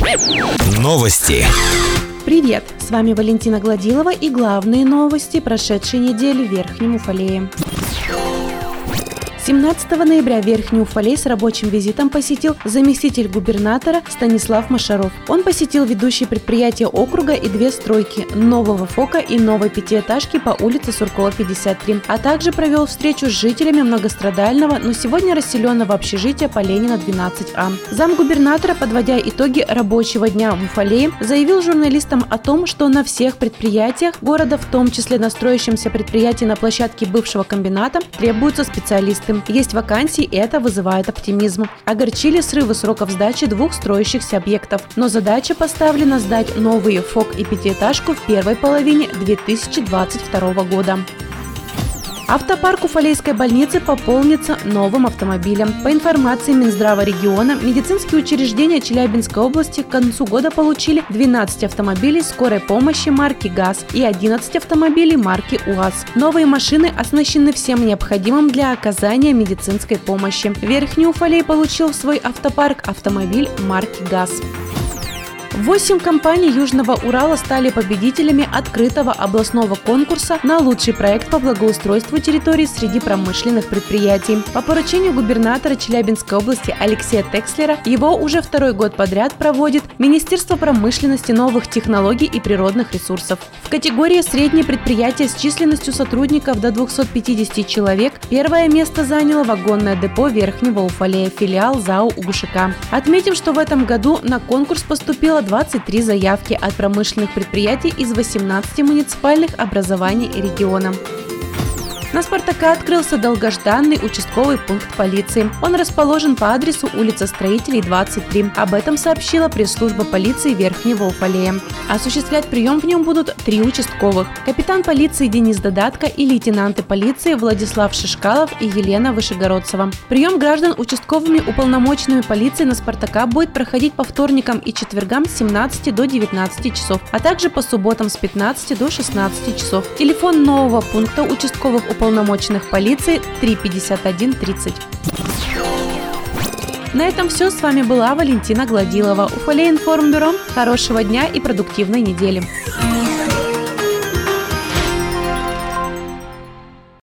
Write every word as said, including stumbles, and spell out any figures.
Новости. Привет! С вами Валентина Гладилова и главные новости прошедшей недели в Верхнем Уфалее. семнадцатого ноября Верхний Уфалей с рабочим визитом посетил заместитель губернатора Станислав Машаров. Он посетил ведущие предприятия округа и две стройки – нового ФОКа и новой пятиэтажки по улице Суркова, пятьдесят три, а также провел встречу с жителями многострадального, но сегодня расселенного общежития по Ленина, двенадцать А. Замгубернатора, подводя итоги рабочего дня в Уфалее, заявил журналистам о том, что на всех предприятиях города, в том числе на строящемся предприятии на площадке бывшего комбината, требуются специалисты. Есть вакансии, и это вызывает оптимизм. Огорчили срывы сроков сдачи двух строящихся объектов, но задача поставлена сдать новые ФОК и пятиэтажку в первой половине две тысячи двадцать второго года. Автопарк Уфалейской больницы пополнится новым автомобилем. По информации Минздрава региона, медицинские учреждения Челябинской области к концу года получили двенадцать автомобилей скорой помощи марки ГАЗ и одиннадцать автомобилей марки УАЗ. Новые машины оснащены всем необходимым для оказания медицинской помощи. Верхний Уфалей получил в свой автопарк автомобиль марки ГАЗ. Восемь компаний Южного Урала стали победителями открытого областного конкурса на лучший проект по благоустройству территорий среди промышленных предприятий. По поручению губернатора Челябинской области Алексея Текслера его уже второй год подряд проводит Министерство промышленности, новых технологий и природных ресурсов. В категории «Средние предприятия» с численностью сотрудников до двухсот пятидесяти человек первое место заняло вагонное депо Верхнего Уфалея, филиал ЗАО УГШК. Отметим, что в этом году на конкурс поступило двадцать три заявки от промышленных предприятий из восемнадцати муниципальных образований региона. На Спартака открылся долгожданный участковый пункт полиции. Он расположен по адресу улица Строителей, двадцать три. Об этом сообщила пресс-служба полиции Верхнего Уфалея. Осуществлять прием в нем будут три участковых: капитан полиции Денис Додатко и лейтенанты полиции Владислав Шишкалов и Елена Вышегородцева. Прием граждан участковыми уполномоченными полиции на Спартака будет проходить по вторникам и четвергам с семнадцати до девятнадцати часов, а также по субботам с пятнадцати до шестнадцати часов. Телефон нового пункта участковых уполномоченных полиции три пятьдесят один тридцать. На этом все. С вами была Валентина Гладилова. Уфалей информбюро. Хорошего дня и продуктивной недели.